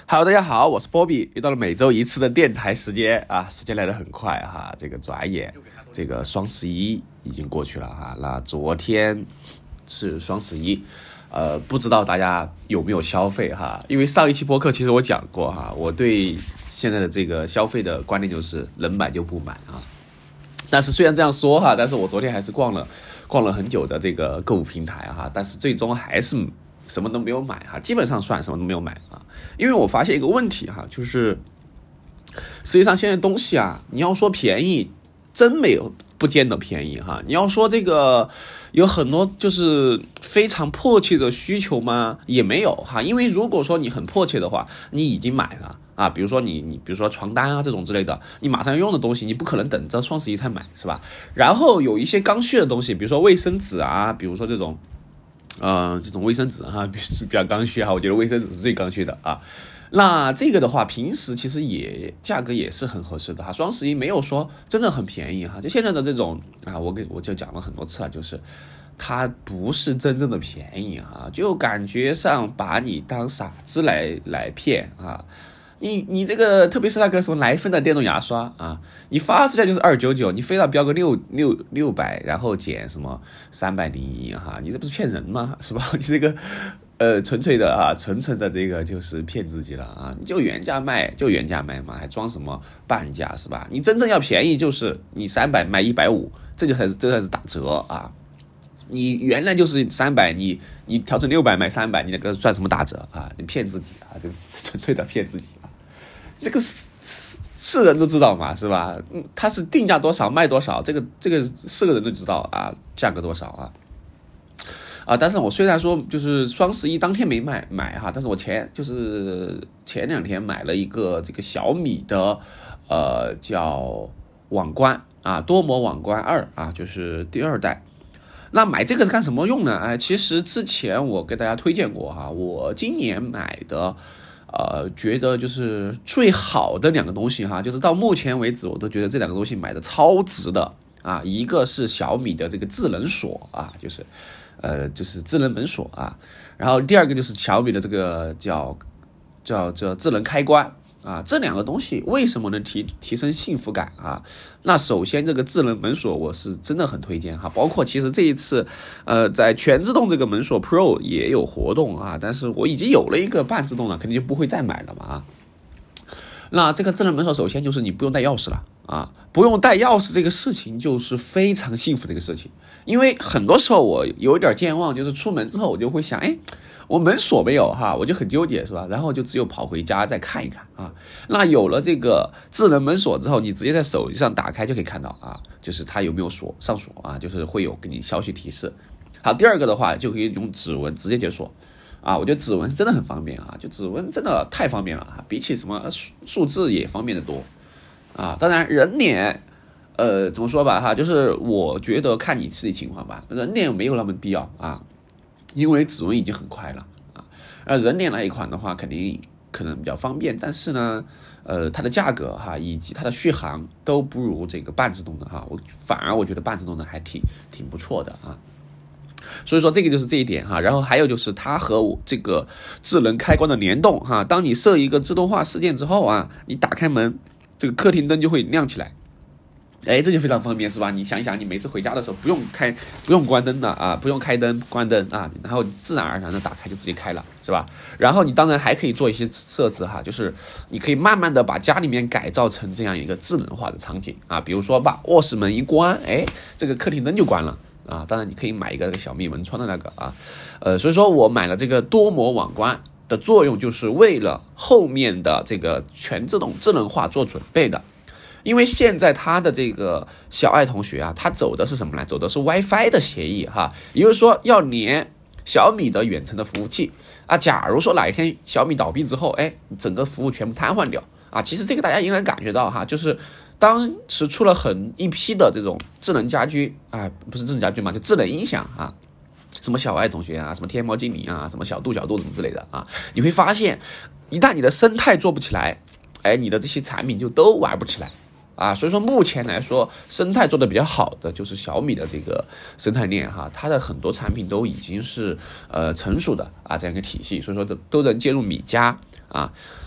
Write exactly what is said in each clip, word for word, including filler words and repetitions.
Hello， 大家好，我是波比，又到了每周一次的电台时间啊，时间来得很快哈，这个转眼，这个双十一已经过去了哈。那昨天是双十一，呃，不知道大家有没有消费哈？因为上一期播客其实我讲过哈，我对现在的这个消费的观念就是能买就不买啊。但是虽然这样说哈，但是我昨天还是逛了逛了很久的这个购物平台哈，但是最终还是什么都没有买哈，基本上算什么都没有买啊。因为我发现一个问题哈，就是实际上现在东西啊，你要说便宜，真没有不见得便宜哈。你要说这个有很多就是非常迫切的需求吗？也没有哈。因为如果说你很迫切的话，你已经买了啊，比如说你你比如说床单啊这种之类的，你马上用的东西，你不可能等着双十一才买是吧？然后有一些刚需的东西，比如说卫生纸啊，比如说这种。呃，这种卫生纸哈，比比较刚需哈，我觉得卫生纸是最刚需的啊。那这个的话，平时其实也价格也是很合适的哈。双十一没有说真的很便宜哈，就现在的这种啊，我给我就讲了很多次了，就是它不是真正的便宜哈，就感觉上把你当傻子来来骗啊。你你这个特别是那个什么莱芬的电动牙刷啊，你发出来就是二百九十九，你非要标个六六六百，然后减什么三百零一哈，你这不是骗人吗？是吧？你这个呃纯粹的啊，纯纯的这个就是骗自己了啊！你就原价卖就原价卖嘛，还装什么半价是吧？你真正要便宜就是你三百卖一百五，这就才是这才是打折啊！你原来就是三百，你你调成六百卖三百，你那个算什么打折啊？你骗自己啊，就是纯粹的骗自己啊！这个是是是人都知道嘛，是吧？嗯，它是定价多少卖多少，这个这个是个人都知道啊，价格多少啊啊！但是我虽然说就是双十一当天没买买哈，但是我前就是前两天买了一个这个小米的呃叫网关啊，多模网关二啊，就是第二代。那买这个是干什么用呢？哎，其实之前我给大家推荐过哈，我今年买的。呃，觉得就是最好的两个东西哈，就是到目前为止我都觉得这两个东西买的超值的啊。一个是小米的这个智能锁啊，就是呃就是智能门锁啊，然后第二个就是小米的这个叫叫叫智能开关啊。这两个东西为什么能提提升幸福感啊？那首先这个智能门锁我是真的很推荐哈，包括其实这一次呃在全自动这个门锁 Pro 也有活动啊，但是我已经有了一个半自动了，肯定就不会再买了嘛啊。那这个智能门锁首先就是你不用带钥匙了啊，不用带钥匙这个事情就是非常幸福的一个事情，因为很多时候我有一点健忘，就是出门之后我就会想，哎。我门锁没有哈，我就很纠结是吧？然后就只有跑回家再看一看啊。那有了这个智能门锁之后，你直接在手机上打开就可以看到啊，就是它有没有锁上锁啊，就是会有给你消息提示。好，第二个的话就可以用指纹直接解锁啊，我觉得指纹是真的很方便啊，就指纹真的太方便了啊，比起什么数字也方便的多啊。当然人脸，呃，怎么说吧哈，就是我觉得看你自己情况吧，人脸没有那么必要啊。因为指纹已经很快了啊，而人脸那一款的话，肯定可能比较方便，但是呢，呃，它的价格哈以及它的续航都不如这个半自动的哈，我反而我觉得半自动的还挺挺不错的啊。所以说这个就是这一点哈，然后还有就是它和我这个智能开关的联动哈，当你设一个自动化事件之后啊，你打开门，这个客厅灯就会亮起来。哎，这就非常方便是吧？你想一想，你每次回家的时候不用开，不用关灯了啊，不用开灯关灯啊，然后自然而然的打开就直接开了，是吧？然后你当然还可以做一些设置哈，就是你可以慢慢的把家里面改造成这样一个智能化的场景啊，比如说把卧室门一关，哎，这个客厅灯就关了啊。当然你可以买一个小米门窗的那个啊，呃，所以说我买了这个多模网关的作用，就是为了后面的这个全自动智能化做准备的。因为现在他的这个小爱同学啊，他走的是什么呢？走的是 WiFi 的协议哈，也就是说要连小米的远程的服务器啊。假如说哪一天小米倒闭之后，哎，整个服务全部瘫痪掉啊。其实这个大家应该感觉到哈，就是当时出了很一批的这种智能家居啊，不是智能家居嘛，就智能音响啊，什么小爱同学啊，什么天猫精灵啊，什么小度小度什么之类的啊，你会发现，一旦你的生态做不起来，哎，你的这些产品就都玩不起来。啊，所以说目前来说，生态做的比较好的就是小米的这个生态链哈，它的很多产品都已经是呃成熟的啊这样一个体系，所以说都都能接入米家啊。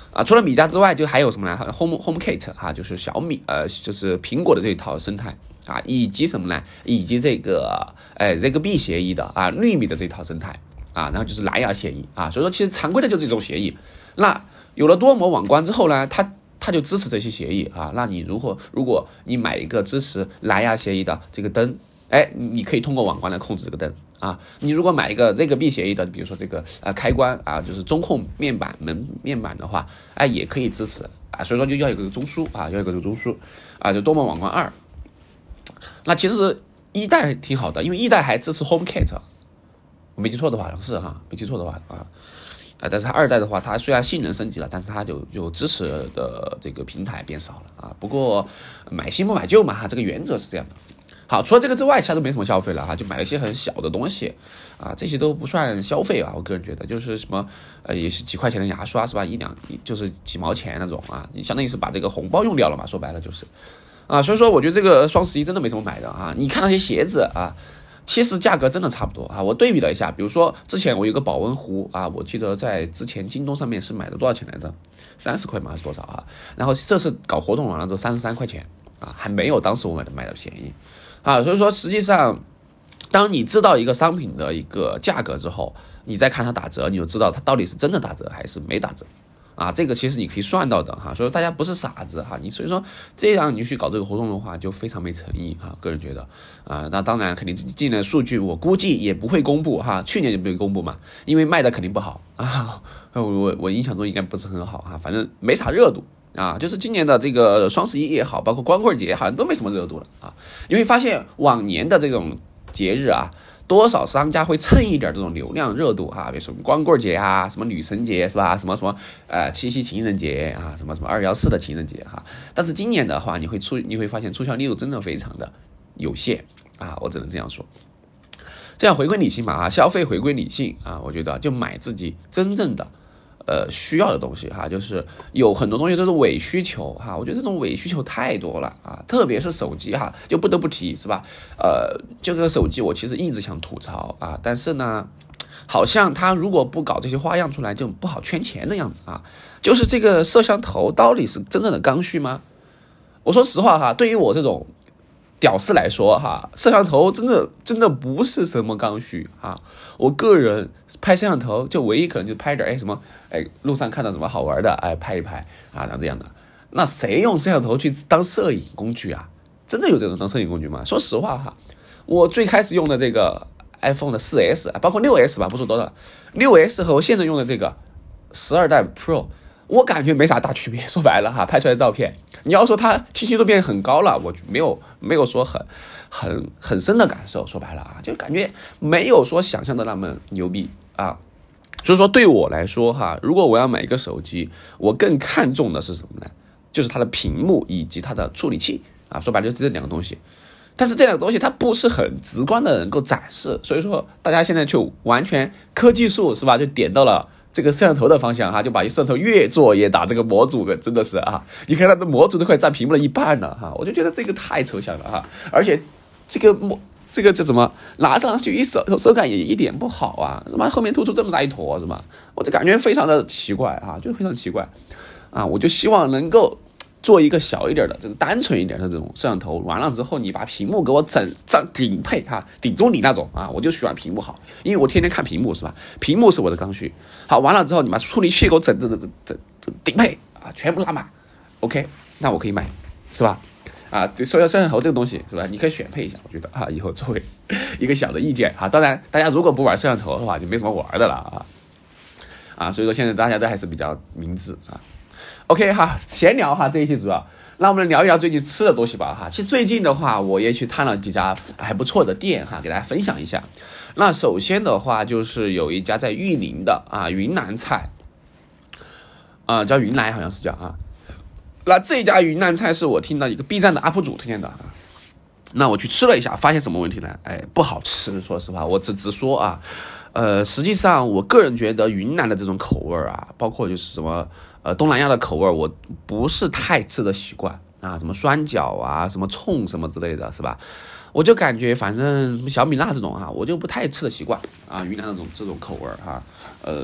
啊，除了米家之外，就还有什么呢 ？Home HomeKit 哈、啊，就是小米呃，就是苹果的这一套生态啊，以及什么呢？以及这个呃 Zigbee 协议的啊，绿米的这套生态啊，然后就是蓝牙协议啊，所以说其实常规的就是这种协议。那有了多模网关之后呢，它它就支持这些协议啊。那你如果如果你买一个支持蓝牙协议的这个灯，哎，你可以通过网关来控制这个灯。啊，你如果买一个这个 Zigbee 协议的，比如说这个呃开关啊，就是中控面板门面板的话，哎也可以支持啊，所以说就要有个中枢啊，要有个中枢啊，就多模网关二。那其实一代挺好的，因为一代还支持 HomeKit， 我没记错的话好像是哈，没记错的话啊啊，但是它二代的话，它虽然性能升级了，但是它就就支持的这个平台变少了啊。不过买新不买旧嘛，这个原则是这样的。好，除了这个之外，其他都没什么消费了哈，就买了一些很小的东西啊，这些都不算消费啊，我个人觉得就是什么呃，也是几块钱的牙刷是吧，一两就是几毛钱那种啊，你相当于是把这个红包用掉了嘛，说白了就是啊，所以说我觉得这个双十一真的没什么买的啊，你看那些鞋子啊，其实价格真的差不多啊，我对比了一下，比如说之前我有个保温壶啊，我记得在之前京东上面是买的多少钱来着，三十块吗还是多少啊？然后这次搞活动完了之后三十三块钱啊，还没有当时我买的买的便宜。啊，所以说实际上，当你知道一个商品的一个价格之后，你再看它打折，你就知道它到底是真的打折还是没打折。啊，这个其实你可以算到的哈，所以大家不是傻子哈，你所以说这样你去搞这个活动的话，就非常没诚意哈，个人觉得啊，那当然肯定今年的数据我估计也不会公布哈，去年就没公布嘛，因为卖的肯定不好啊，我我印象中应该不是很好哈，反正没啥热度。啊，就是今年的这个双十一也好，包括光棍节好像都没什么热度了啊。你会发现往年的这种节日啊，多少商家会蹭一点这种流量热度哈，比如说光棍节啊，什么女神节是吧？什么什么呃七夕情人节啊，什么什么二幺四的情人节哈。但是今年的话，你会出你会发现促销力度真的非常的有限啊，我只能这样说。这样回归理性嘛啊，消费回归理性啊，我觉得就买自己真正的。呃，需要的东西哈，就是有很多东西都是伪需求哈，我觉得这种伪需求太多了啊，特别是手机哈，就不得不提是吧？呃，这个手机我其实一直想吐槽啊，但是呢，好像它如果不搞这些花样出来，就不好圈钱的样子啊。就是这个摄像头到底是真正的刚需吗？我说实话哈，对于我这种屌丝来说哈，摄像头真的真的不是什么刚需啊。我个人拍摄像头就唯一可能就拍点哎什么哎路上看到什么好玩的哎拍一拍啊，然后这样的。那谁用摄像头去当摄影工具啊？真的有这种当摄影工具吗？说实话哈，我最开始用的这个 iPhone 的 四 S 包括 六 S 吧，不说多少 六 S 和我现在用的这个十二代 Pro， 我感觉没啥大区别。说白了哈，拍出来的照片，你要说它清晰度变很高了，我没有没有说很很很深的感受。说白了啊，就感觉没有说想象的那么牛逼啊。所以说对我来说哈，如果我要买一个手机，我更看重的是什么呢？就是它的屏幕以及它的处理器啊。说白了就是这两个东西。但是这两个东西它不是很直观的能够展示，所以说大家现在就完全科技树是吧，就点到了这个摄像头的方向哈，就把摄像头越做越大，这个模组真的是啊，你看它的模组都快占屏幕的一半了哈，我就觉得这个太抽象了哈，而且这个模这个这怎么拿上去一手手感也一点不好啊，什么后面突出这么大一坨是吧？我就感觉非常的奇怪啊，就非常奇怪啊，我就希望能够做一个小一点的这个单纯一点的这种摄像头，完了之后你把屏幕给我整整顶配哈，顶中底那种啊，我就喜欢屏幕好，因为我天天看屏幕是吧？屏幕是我的刚需。好，完了之后你把处理器给我整整整整整顶配啊，全部拉满 ，OK， 那我可以买，是吧？啊，对，说到摄像头这个东西是吧？你可以选配一下，我觉得啊，以后作为一个小的意见啊。当然，大家如果不玩摄像头的话，就没什么玩的了啊。啊，所以说现在大家都还是比较明智啊。OK 哈，闲聊哈，这一期主要让我们聊一聊最近吃的东西吧哈。其实最近的话，我也去探了几家还不错的店哈，给大家分享一下。那首先的话，就是有一家在玉林的啊云南菜，啊、呃、叫云来好像是叫啊。那这家云南菜是我听到一个 B 站的 U P 主推荐的啊。那我去吃了一下，发现什么问题呢？哎，不好吃，说实话，我只直说啊。呃，实际上我个人觉得云南的这种口味啊，包括就是什么呃东南亚的口味，我不是太吃的习惯啊，什么酸角啊，什么葱什么之类的，是吧？我就感觉反正小米辣这种啊，我就不太吃的习惯啊，云南那种这种口味哈、啊，呃，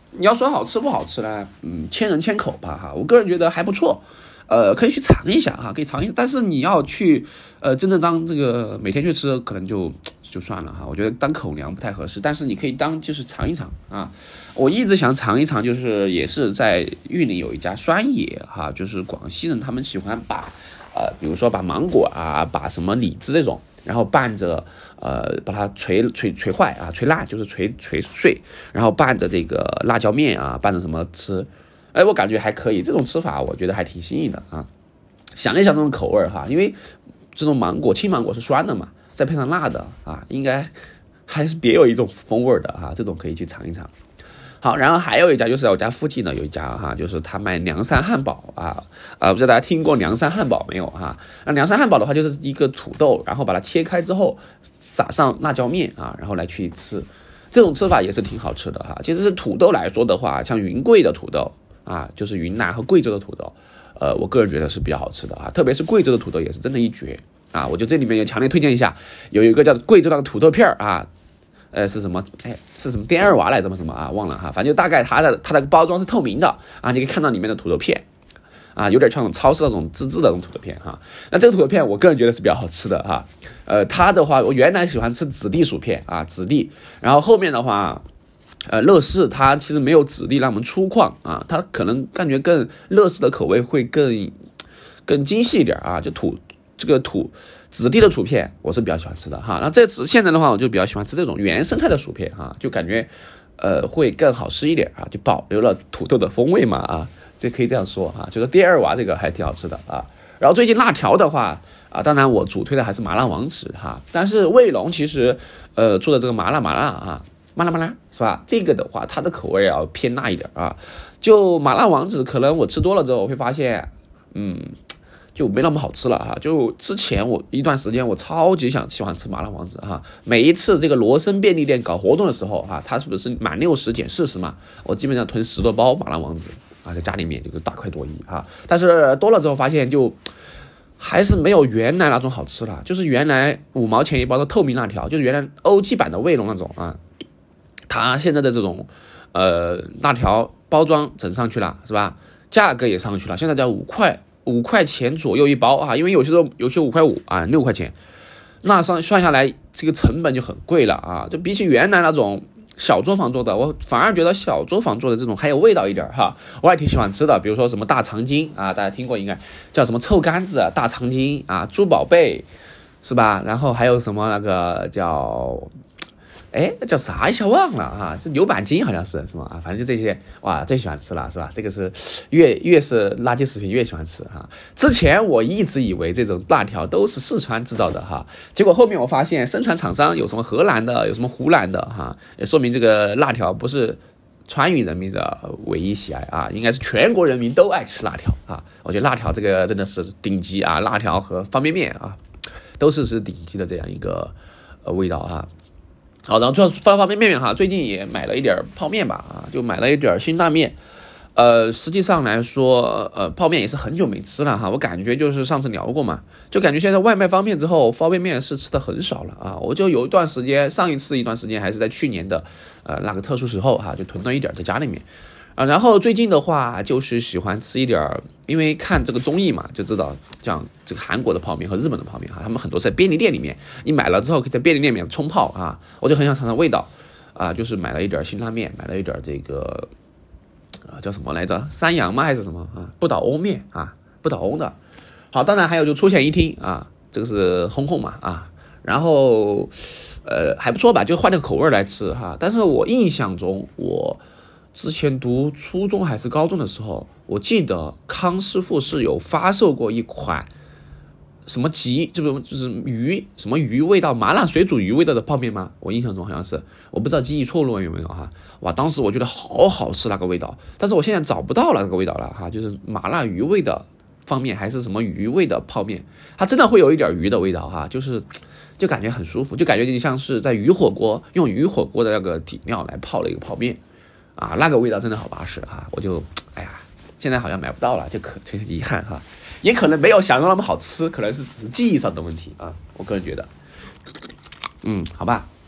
你要说好吃不好吃呢，嗯，千人千口吧哈，我个人觉得还不错，呃，可以去尝一下哈，可以尝一下，但是你要去呃真正当这个每天去吃，可能就就算了哈，我觉得当口粮不太合适，但是你可以当就是尝一尝啊，我一直想尝一尝，就是也是在玉林有一家酸野哈，就是广西人他们喜欢把呃比如说把芒果啊，把什么李子这种。然后拌着，呃，把它捶捶捶坏啊，捶烂就是捶捶碎，然后拌着这个辣椒面啊，拌着什么吃，哎，我感觉还可以，这种吃法我觉得还挺新颖的啊。想一想这种口味哈，因为这种芒果青芒果是酸的嘛，再配上辣的啊，应该还是别有一种风味的啊，这种可以去尝一尝。好，然后还有一家就是我家附近呢有一家哈，就是他卖凉山汉堡啊，啊，不知道大家听过凉山汉堡没有哈？那凉山汉堡的话就是一个土豆，然后把它切开之后撒上辣椒面啊，然后来去吃，这种吃法也是挺好吃的哈。其实是土豆来说的话，像云贵的土豆啊，就是云南和贵州的土豆，呃，我个人觉得是比较好吃的啊，特别是贵州的土豆也是真的一绝啊，我就这里面也强烈推荐一下，有一个叫贵州那个土豆片啊。呃，是什么？哎，是什么电二娃来着吗？什么啊？忘了哈。反正就大概它的它的包装是透明的啊，你可以看到里面的土豆片啊，有点像超市那种滋滋的那种土豆片哈。那这个土豆片我个人觉得是比较好吃的哈。呃，它的话，我原来喜欢吃子弟薯片啊，子弟，然后后面的话，呃，乐事它其实没有子弟那么粗犷啊，它可能感觉更乐事的口味会更更精细一点啊，就土这个土。子弟的薯片我是比较喜欢吃的哈，那这次现在的话我就比较喜欢吃这种原生态的薯片哈，就感觉呃会更好吃一点啊，就保留了土豆的风味嘛啊，这可以这样说哈，就是第二娃这个还挺好吃的啊。然后最近辣条的话啊，当然我主推的还是麻辣王子哈，但是卫龙其实呃做的这个麻辣麻辣啊，麻辣麻辣是吧？这个的话它的口味要偏辣一点啊，就麻辣王子可能我吃多了之后我会发现嗯。就没那么好吃了哈。就之前我一段时间我超级想喜欢吃麻辣王子哈，每一次这个罗森便利店搞活动的时候哈，它是不是满六十减四十嘛？我基本上囤十多包麻辣王子啊，在家里面就是大快朵颐哈。但是多了之后发现就还是没有原来那种好吃了，就是原来五毛钱一包的透明辣条，就是原来欧气版的卫龙那种啊，它现在的这种呃辣条包装整上去了是吧？价格也上去了，现在叫五块。五块钱左右一包啊，因为有些时候有些五块五啊，六块钱，那算算下来这个成本就很贵了啊，就比起原来那种小作坊做的，我反而觉得小作坊做的这种还有味道一点哈，我还挺喜欢吃的，比如说什么大长今啊，大家听过应该叫什么臭干子、大长今啊、猪宝贝是吧？然后还有什么那个叫。哎，叫啥一下忘了啊？就牛板筋好像是什么啊？反正就这些哇，最喜欢吃了是吧？这个是越越是垃圾食品越喜欢吃哈。之前我一直以为这种辣条都是四川制造的哈，结果后面我发现生产厂商有什么荷兰的，有什么湖南的哈，也说明这个辣条不是川渝人民的唯一喜爱啊，应该是全国人民都爱吃辣条啊。我觉得辣条这个真的是顶级啊，辣条和方便面啊，都是是顶级的这样一个呃味道啊。好，然后主要方方便面哈，最近也买了一点泡面吧啊，就买了一点辛辣面。呃，实际上来说，呃，泡面也是很久没吃了哈。我感觉就是上次聊过嘛，就感觉现在外卖方便之后，方便面是吃的很少了啊。我就有一段时间，上一次一段时间还是在去年的呃那个特殊时候哈，就囤了一点在家里面啊。然后最近的话，就是喜欢吃一点，因为看这个综艺嘛，就知道像这个韩国的泡面和日本的泡面哈，他们很多在便利店里面，你买了之后可以在便利店里面冲泡啊。我就很想尝尝味道啊，就是买了一点辛拉面，买了一点这个。啊，叫什么来着？三阳吗？还是什么啊？不倒翁面啊，不倒翁的。好，当然还有就出现一听啊，这个是烘烘嘛啊，然后呃还不错吧，就换个口味来吃哈。但是我印象中，我之前读初中还是高中的时候，我记得康师傅是有发售过一款什么鸡，这不就是鱼什么鱼味道，麻辣水煮鱼味道的泡面吗？我印象中好像是，我不知道记忆错误有没有哈。哇，当时我觉得好好吃那个味道，但是我现在找不到那个味道了哈，就是麻辣鱼味的方面还是什么鱼味的泡面，它真的会有一点鱼的味道哈，就是就感觉很舒服，就感觉你像是在鱼火锅用鱼火锅的那个底料来泡了一个泡面啊，那个味道真的好巴适哈，我就哎呀，现在好像买不到了，就可真是遗憾哈，也可能没有想象那么好吃，可能是只是记忆上的问题啊，我个人觉得，嗯，好吧。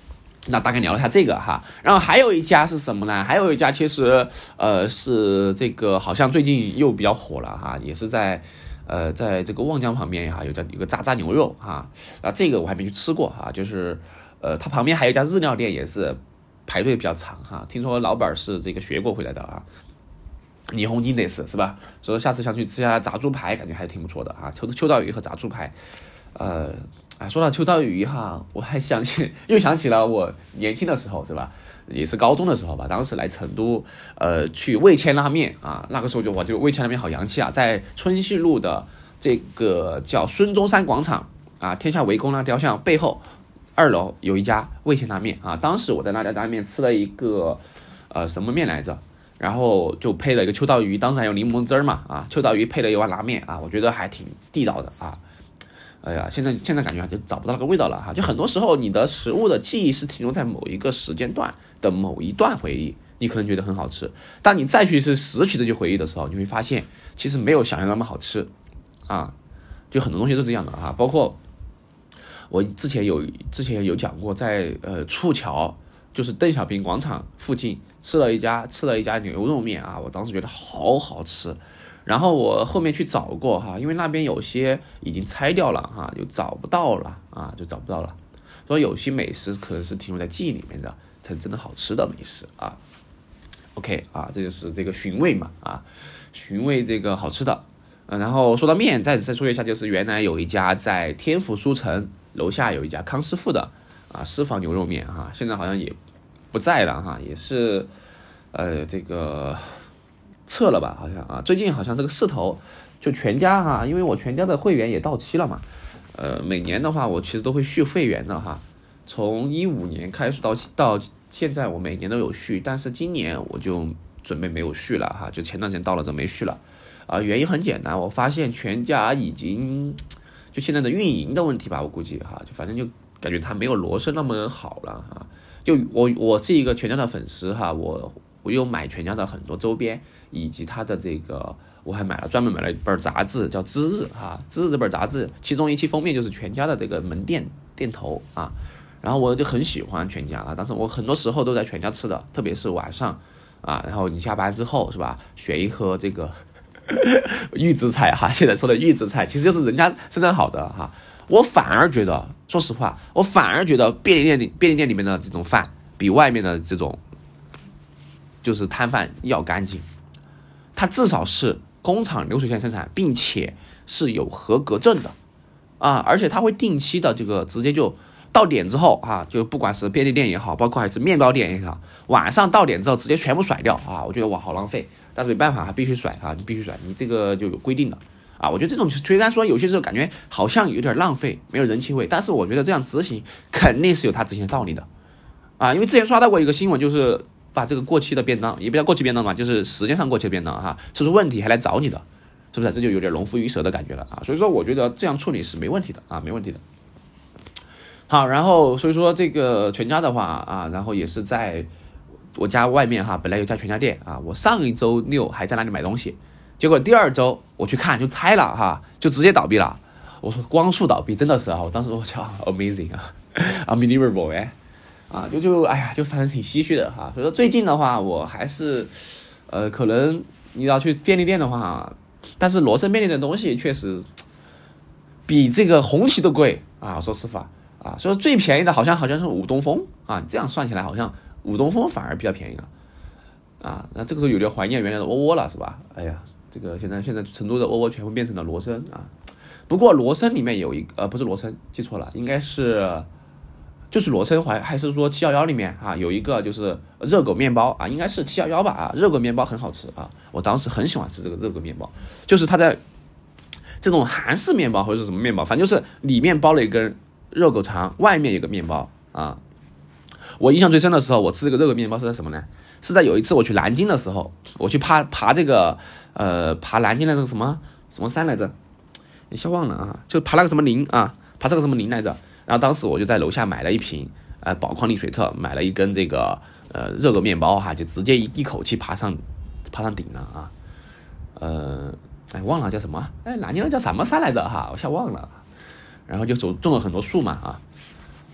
那大概聊了一下这个哈，然后还有一家是什么呢？还有一家其实呃是这个好像最近又比较火了哈，也是在呃在这个望江旁边哈，有家有个渣渣牛肉哈，啊这个我还没去吃过哈，就是呃它旁边还有一家日料店也是排队比较长哈，听说老板是这个学过回来的啊。霓虹金得是是吧？所以下次想去吃下炸猪排，感觉还挺不错的啊。秋秋刀鱼和炸猪排，呃，啊，说到秋刀鱼哈，我还想起又想起了我年轻的时候是吧？也是高中的时候吧，当时来成都，呃，去味千拉面啊，那个时候就我就味千拉面好洋气啊，在春熙路的这个叫孙中山广场啊，天下为公那雕像背后二楼有一家味千拉面啊，当时我在那家拉面吃了一个呃什么面来着？然后就配了一个秋刀鱼，当时还有柠檬汁嘛，啊，秋刀鱼配了一碗拉面啊，我觉得还挺地道的啊。哎呀，现在现在感觉就找不到那个味道了哈。就很多时候你的食物的记忆是停留在某一个时间段的某一段回忆，你可能觉得很好吃，当你再去是拾取这些回忆的时候，你会发现其实没有想象那么好吃啊。就很多东西都这样的啊，包括我之前有之前有讲过在，在呃触桥。就是邓小平广场附近吃了一家吃了一家牛肉面啊，我当时觉得好好吃，然后我后面去找过哈，因为那边有些已经拆掉了哈，就找不到了啊，就找不到了。所以有些美食可能是停留在记忆里面的，才真的好吃的美食啊。OK 啊，这就是这个寻味嘛啊，寻味这个好吃的。嗯，然后说到面，再再说一下，就是原来有一家在天府书城楼下有一家康师傅的。啊，私房牛肉面哈，现在好像也不在了哈，也是，呃，这个撤了吧，好像啊，最近好像这个势头，就全家哈，因为我全家的会员也到期了嘛，呃，每年的话我其实都会续会员的哈，从一五年开始到到现在我每年都有续，但是今年我就准备没有续了哈，就前段时间到了就没续了，啊，原因很简单，我发现全家已经就现在的运营的问题吧，我估计哈，就反正就。感觉它没有罗森那么好了哈，就我我是一个全家的粉丝哈，我我有买全家的很多周边，以及它的这个我还买了专门买了一本杂志叫《知日》哈，《知日》这本杂志其中一期封面就是全家的这个门店店头啊，然后我就很喜欢全家啊，当时我很多时候都在全家吃的，特别是晚上啊，然后你下班之后是吧，选一盒这个预制菜哈，现在说的预制菜其实就是人家生产好的哈。我反而觉得，说实话，我反而觉得便利店里便利店里面的这种饭比外面的这种就是摊贩要干净，它至少是工厂流水线生产，并且是有合格证的啊，而且它会定期的这个直接就到点之后啊，就不管是便利店也好，包括还是面包店也好，晚上到点之后直接全部甩掉啊，我觉得哇好浪费，但是没办法，还必须甩啊，你必须甩，你这个就有规定的。啊，我觉得这种虽然说有些时候感觉好像有点浪费，没有人情味，但是我觉得这样执行肯定是有它执行的道理的，啊，因为之前刷到过一个新闻，就是把这个过期的便当，也不叫过期便当嘛，就是时间上过期的便当哈，吃出问题还来找你的，是不是？这就有点龙浮于蛇的感觉了啊，所以说我觉得这样处理是没问题的啊，没问题的。好，然后所以说这个全家的话啊，然后也是在我家外面哈，本来有家全家店啊，我上一周六还在那里买东西。结果第二周我去看就拆了哈，就直接倒闭了。我说光速倒闭真的是啊，我当时我操 amazing 啊 unbelievable 哎，啊就就哎呀就反正挺唏嘘的哈。所以说最近的话我还是呃可能你要去便利店的话，但是罗森便利店的东西确实比这个红旗都贵啊，说实话啊，所以最便宜的好像好像是武东风啊，这样算起来好像武东风反而比较便宜了啊。那这个时候有点怀念原来的窝窝了是吧？哎呀。这个现在现在成都的窝窝全部变成了罗森啊，不过罗森里面有一个呃不是罗森记错了，应该是就是罗森还还是说七一一里面啊有一个就是热狗面包啊，应该是七一一吧啊，热狗面包很好吃啊，我当时很喜欢吃这个热狗面包，就是它在这种韩式面包或者是什么面包，反正就是里面包了一根热狗肠，外面有个面包啊。我印象最深的时候，我吃这个热狗面包是在什么呢？是在有一次我去南京的时候，我去爬爬这个呃爬南京的这个什么什么山来着，一下忘了啊，就爬那个什么陵啊，爬这个什么陵来着。然后当时我就在楼下买了一瓶呃宝矿力水特，买了一根这个呃热狗面包哈，就直接一一口气爬上爬上顶了啊。呃，哎忘了叫什么，哎南京叫什么山来着哈，我一下忘了。然后就种种了很多树嘛啊。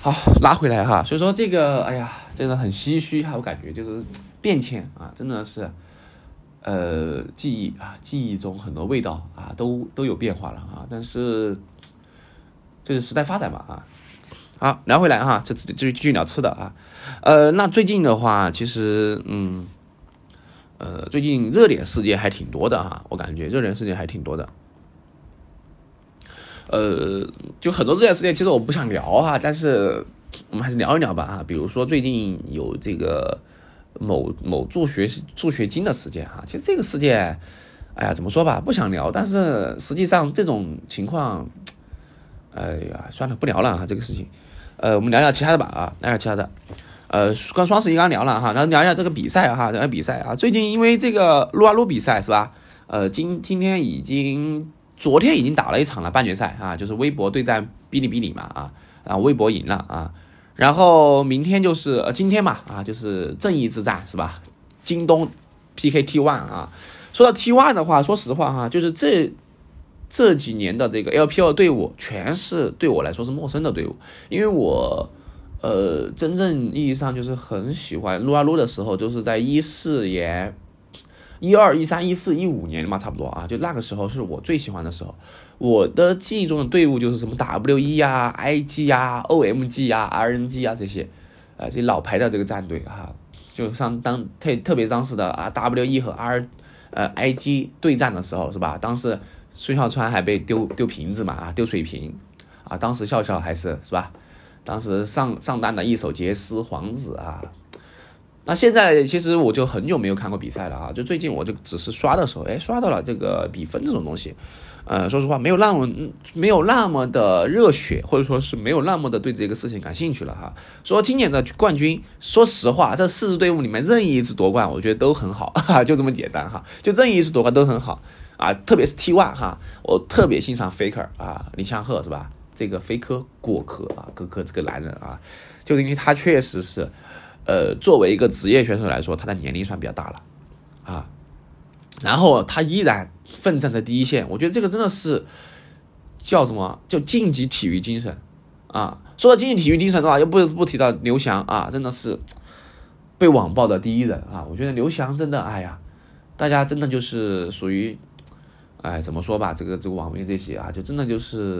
好，拉回来哈，所以说这个，哎呀，真的很唏嘘哈，我感觉就是变迁啊，真的是，呃，记忆啊，记忆中很多味道啊，都都有变化了啊，但是这是时代发展嘛啊。好，聊回来哈，这这继续聊吃的啊，呃，那最近的话，其实嗯，呃，最近热点事件还挺多的哈，我感觉热点事件还挺多的。呃，就很多热点事件，其实我不想聊哈，但是我们还是聊一聊吧哈。比如说最近有这个某某助学助学金的事件哈，其实这个事件，哎呀，怎么说吧，不想聊，但是实际上这种情况，哎呀，算了，不聊了哈，这个事情。呃，我们聊聊其他的吧啊，聊聊其他的。呃，刚双十一刚聊了哈，然后聊一下这个比赛哈，聊聊比赛啊。最近因为这个撸啊撸比赛是吧？呃，今今天已经。昨天已经打了一场了半决赛啊，就是微博对战哔哩哔哩嘛啊，啊微博赢了啊，然后明天就是呃今天嘛啊，就是正义之战是吧？京东 P K T 一 啊，说到 T 一 的话，说实话哈，就是这这几年的这个 L P L 队伍全是对我来说是陌生的队伍，因为我呃真正意义上就是很喜欢撸啊撸的时候，就是在一四年。一二一三一四一五年嘛，差不多啊，就那个时候是我最喜欢的时候。我的记忆中的队伍就是什么 W E 啊、I G 啊、O M G 啊、R N G 啊这些，呃，这些老牌的这个战队哈、啊，就像当特特别当时的啊 W E 和 R 呃 I G 对战的时候是吧？当时孙笑川还被丢丢瓶子嘛啊，丢水瓶啊，当时笑笑还是是吧？当时上上单的一手杰斯皇子啊。那现在其实我就很久没有看过比赛了啊，就最近我就只是刷的时候，哎，刷到了这个比分这种东西，呃，说实话没有那么没有那么的热血，或者说是没有那么的对这个事情感兴趣了哈。说今年的冠军，说实话，这四支队伍里面任意一支夺冠，我觉得都很好，哈，就这么简单哈，就任意一支夺冠都很好啊，特别是 T 一 哈，我特别欣赏 Faker 啊，李相赫是吧？这个飞科果壳啊，哥哥这个男人啊，就是因为他确实是。呃，作为一个职业选手来说，他的年龄算比较大了，啊，然后他依然奋战在第一线，我觉得这个真的是叫什么？叫竞技体育精神啊！说到竞技体育精神的话，又不不提到刘翔啊，真的是被网暴的第一人啊！我觉得刘翔真的，哎呀，大家真的就是属于，哎，怎么说吧？这个这个网民这些啊，就真的就是。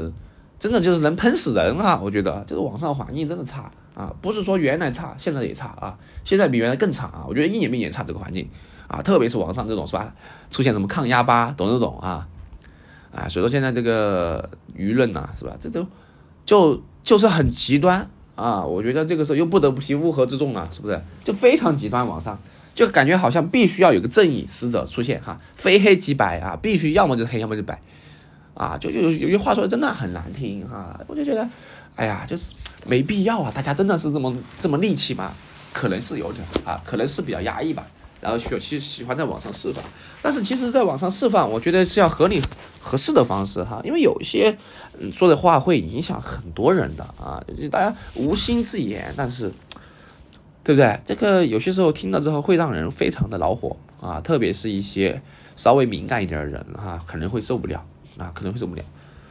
真的就是能喷死人啊！我觉得就是网上环境真的差啊，不是说原来差，现在也差啊，现在比原来更差啊！我觉得一年比一年差这个环境啊，特别是网上这种是吧，出现什么抗压吧，懂不懂啊？啊，所以说现在这个舆论呐、啊，是吧？这就就就是很极端啊！我觉得这个时候又不得不提乌合之众啊，是不是？就非常极端，网上就感觉好像必须要有个正义使者出现哈，非黑即白啊，必须要么就是黑，要么就是白。啊，就有有句话说的真的很难听哈、啊，我就觉得，哎呀，就是没必要啊，大家真的是这么这么戾气吗？可能是有点啊，可能是比较压抑吧，然后喜喜喜欢在网上释放，但是其实在网上释放，我觉得是要合理合适的方式哈，因为有一些嗯说的话会影响很多人的啊，大家无心之言，但是对不对？这个有些时候听了之后会让人非常的恼火啊，特别是一些稍微敏感一点的人哈、啊，可能会受不了。啊，可能会受不了。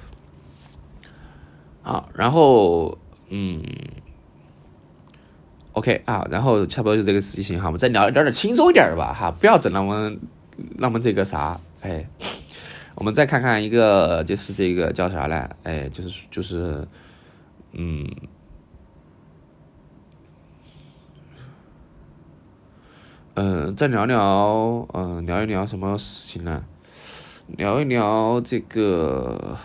好，然后嗯 ，OK 啊，然后差不多就这个事情哈，我们再聊聊点轻松一点吧哈，不要整那么那么这个啥，哎，我们再看看一个就是这个叫啥呢？哎，就是就是嗯。嗯、呃，再聊聊，嗯、呃，聊一聊什么事情呢？聊一聊这个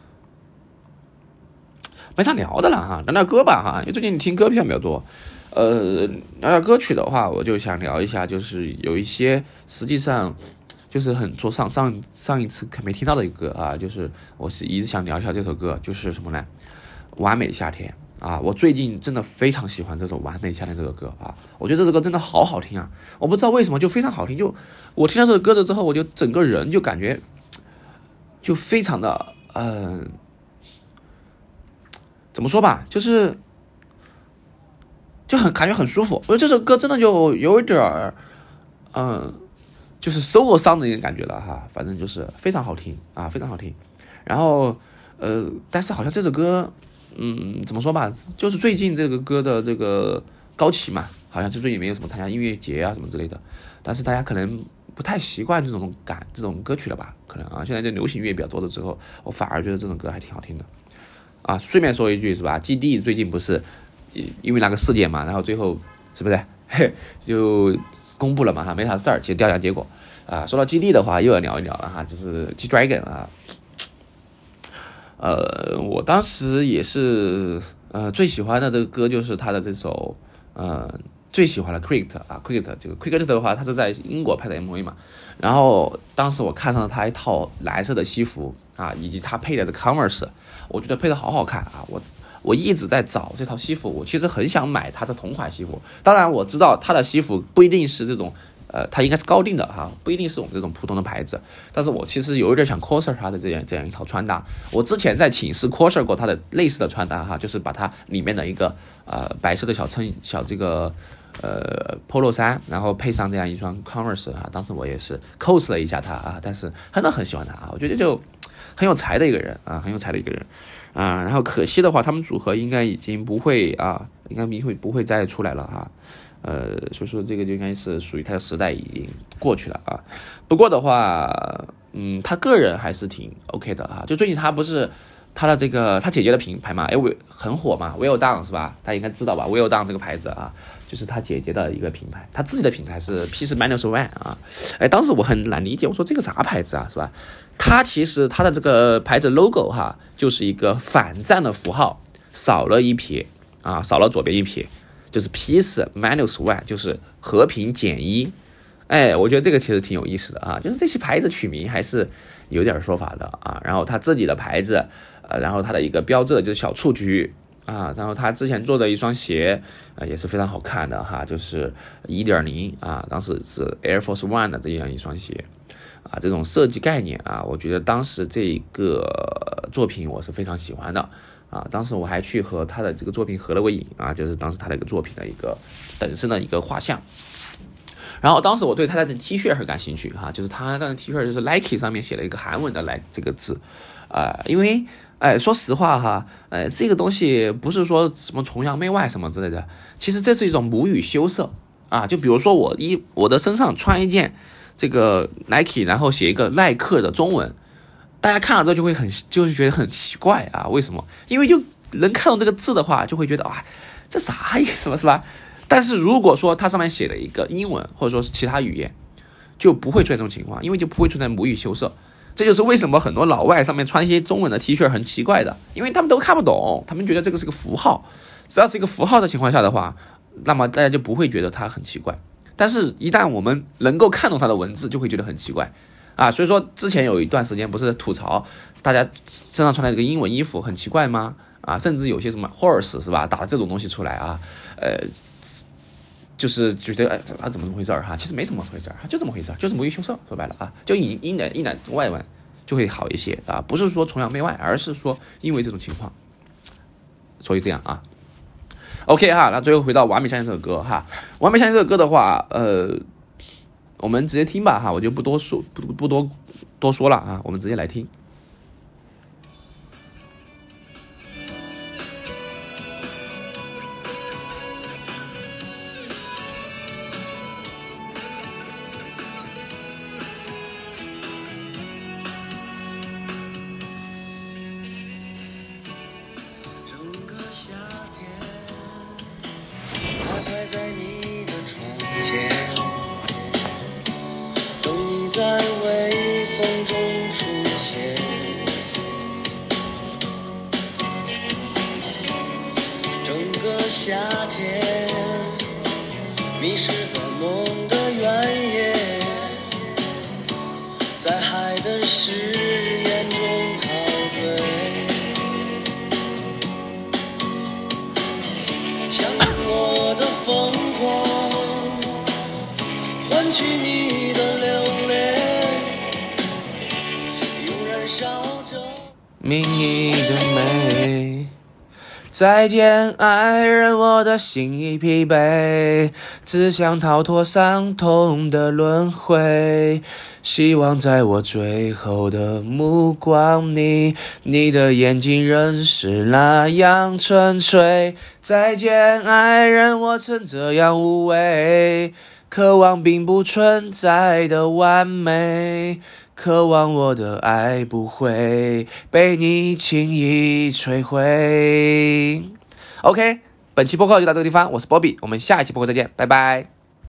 没啥聊的了哈，聊聊歌吧哈，因为最近听歌比较比较多。呃，聊聊歌曲的话，我就想聊一下，就是有一些实际上就是很说上上上一次可没听到的一个歌啊，就是我是一直想聊一下这首歌，就是什么呢？完美夏天啊！我最近真的非常喜欢这首《完美夏天》这首歌啊，我觉得这首歌真的好好听啊！我不知道为什么就非常好听，就我听到这首歌之后，我就整个人就感觉。就非常的，嗯、呃，怎么说吧，就是就很感觉很舒服。我觉得这首歌真的就有一点儿，嗯、呃，就是收获伤的一个感觉了哈。反正就是非常好听啊，非常好听。然后，呃，但是好像这首歌， 嗯，怎么说吧，就是最近这个歌的这个高旗嘛，好像就最近没有什么参加音乐节啊什么之类的，但是大家可能不太习惯这种感这种歌曲了吧？可能啊，现在这流行乐比较多的之后，我反而觉得这种歌还挺好听的啊。顺便说一句是吧？G D 最近不是因为那个事件嘛，然后最后是不是就公布了嘛？哈，没啥事儿，其实调查结果啊。说到 G D 的话，又要聊一聊了哈，就是 G Dragon 啊。呃，我当时也是呃最喜欢的这个歌就是他的这首呃最喜欢的 Cricket 啊 Cricket 这个 Cricket 的话，他是在英国拍的 M V 嘛，然后当时我看上了他一套蓝色的西服啊，以及他配的这 Converse， 我觉得配的好好看啊，我我一直在找这套西服，我其实很想买他的同款西服，当然我知道他的西服不一定是这种。呃，它应该是高定的哈，不一定是我们这种普通的牌子。但是我其实有一点想 coser 它的这样这样一套穿搭。我之前在寝室 coser 过它的类似的穿搭哈，就是把它里面的一个呃白色的小衬小这个呃 polo 衫，然后配上这样一双 Converse 啊。当时我也是 cos 了一下它啊，但是真的很喜欢它啊，我觉得就很有才的一个人啊，很有才的一个人啊。然后可惜的话，他们组合应该已经不会啊，应该不会不会再出来了哈。呃，所以说这个就应该是属于他的时代已经过去了啊。不过的话，嗯，他个人还是挺 OK 的啊。就最近他不是他的这个他姐姐的品牌嘛，哎，很火嘛 ，Well Done 是吧？大家应该知道吧 ？Well Done 这个牌子啊，就是他姐姐的一个品牌，他自己的品牌是 Peace Minus One 啊。哎，当时我很难理解，我说这个啥牌子啊，是吧？他其实他的这个牌子 logo 哈，就是一个反战的符号，少了一撇啊，少了左边一撇。就是 peace minus one， 就是和平减一，哎，我觉得这个其实挺有意思的啊，就是这些牌子取名还是有点说法的啊。然后他自己的牌子，呃，然后他的一个标志就是小雏菊啊，然后他之前做的一双鞋啊也是非常好看的哈，就是 一点零 啊，当时是 Air Force One 的这样一双鞋啊，这种设计概念啊，我觉得当时这个作品我是非常喜欢的。啊，当时我还去和他的这个作品合了个影啊，就是当时他的一个作品的一个本身的一个画像。然后当时我对他的 T 恤很感兴趣哈、啊，就是他的 T 恤就是 Nike 上面写了一个韩文的来这个字，啊、呃，因为哎说实话哈，呃这个东西不是说什么崇洋媚外什么之类的，其实这是一种母语羞涩啊。就比如说我一我的身上穿一件这个 Nike， 然后写一个耐克的中文。大家看了之后就会很，就是觉得很奇怪啊，为什么？因为就能看懂这个字的话，就会觉得啊，这啥意思是吧？但是如果说它上面写了一个英文或者说是其他语言，就不会出现这种情况，因为就不会存在母语羞涩。这就是为什么很多老外上面穿一些中文的 T 恤很奇怪的，因为他们都看不懂，他们觉得这个是个符号，只要是一个符号的情况下的话，那么大家就不会觉得它很奇怪。但是一旦我们能够看懂它的文字，就会觉得很奇怪。啊，所以说之前有一段时间不是吐槽大家身上穿的这个英文衣服很奇怪吗？啊，甚至有些什么 horse 是吧，打这种东西出来啊，呃，就是觉得哎，啊怎么这么回事儿哈？其实没什么回事儿，就这么回事儿，就是母语羞涩，说白了啊，就一一男一男外文就会好一些啊，不是说崇洋媚外，而是说因为这种情况，所以这样啊。OK 哈，那最后回到完美相亲这首歌哈，完美相亲这首歌的话，呃。我们直接听吧哈，我就不多说，不不多多说了啊，我们直接来听。 整个夏天，徘徊在你的窗前。在微风中出现，整个夏天迷失在梦的原野，在海的誓言中陶醉，想用我的疯狂换取你的留明你的美，再见爱人，我的心已疲惫，只想逃脱伤痛的轮回， 希望在我最后的目光里，你的眼睛仍是那样纯粹。再见爱人，我曾这样无畏，渴望并不存在的完美，渴望我的爱不会被你轻易摧毁。OK， 本期播客就到这个地方，我是波比，我们下一期播客再见，拜拜。